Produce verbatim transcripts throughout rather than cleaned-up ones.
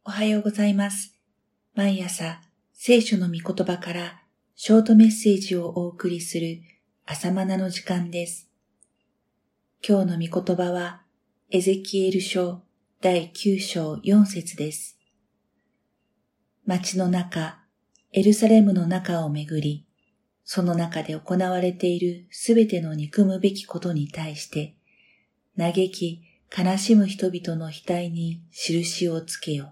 おはようございます。毎朝、聖書の御言葉からショートメッセージをお送りする朝マナの時間です。今日の御言葉は、エゼキエル書だいきゅう章よん節です。街の中、エルサレムの中をめぐり、その中で行われているすべての憎むべきことに対して、嘆き悲しむ人々の額に印をつけよ。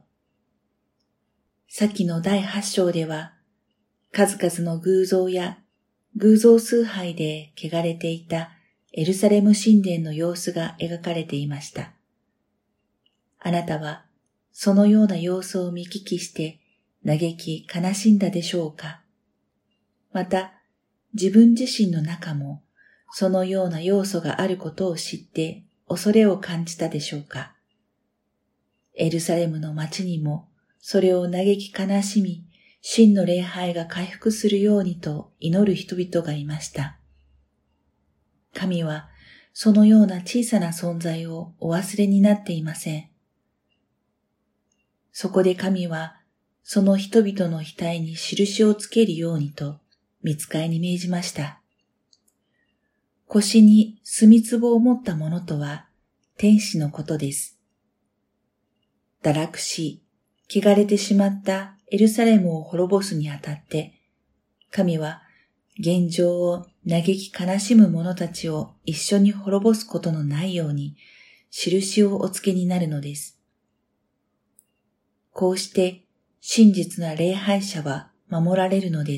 先のだいはち章では、数々の偶像や偶像崇拝で汚れていたエルサレム神殿の様子が描かれていました。あなたはそのような様子を見聞きして嘆き悲しんだでしょうか。また、自分自身の中もそのような要素があることを知って恐れを感じたでしょうか。エルサレムの町にもそれを嘆き悲しみ、真の礼拝が回復するようにと祈る人々がいました。神はそのような小さな存在をお忘れになっていません。そこで神はその人々の額に印をつけるようにと御使いに命じました。腰に墨壺を持ったものとは天使のことです。堕落し、汚れてしまったエルサレムを滅ぼすにあたって、神は現状を嘆き悲しむ者たちを一緒に滅ぼすことのないように印をおつけになるのです。こうして真実な礼拝者は守られるのです。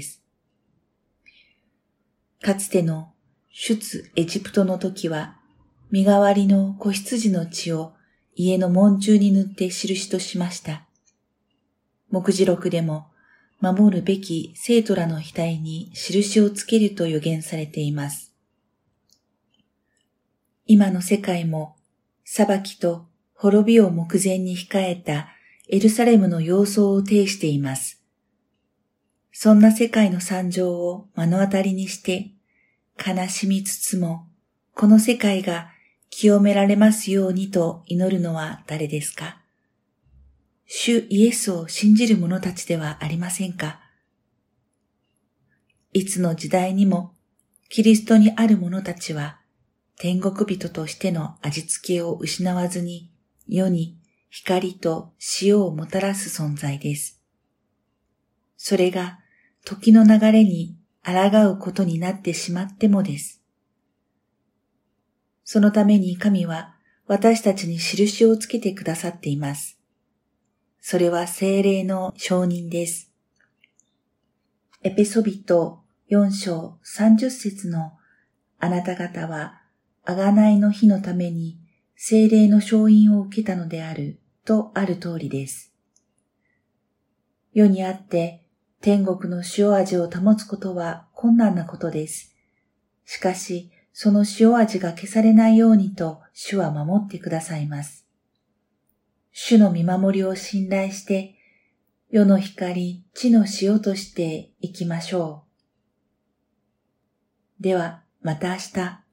かつての出エジプトの時は、身代わりの子羊の血を家の門中に塗って印としました。目次録でも守るべき生徒らの額に印をつけると予言されています。今の世界も裁きと滅びを目前に控えたエルサレムの様相を呈しています。そんな世界の惨状を目の当たりにして悲しみつつもこの世界が清められますようにと祈るのは誰ですか？主イエスを信じる者たちではありませんか？いつの時代にもキリストにある者たちは天国人としての味付けを失わずに世に光と塩をもたらす存在です。それが時の流れに抗うことになってしまってもです。そのために神は私たちに印をつけてくださっています。それは聖霊の承認です。エペソビトよん章さんじゅっ節のあなた方は贖いの日のために聖霊の承認を受けたのであるとある通りです。世にあって天国の塩味を保つことは困難なことです。しかしその塩味が消されないようにと主は守ってくださいます。主の見守りを信頼して、世の光、地の塩として生きましょう。では、また明日。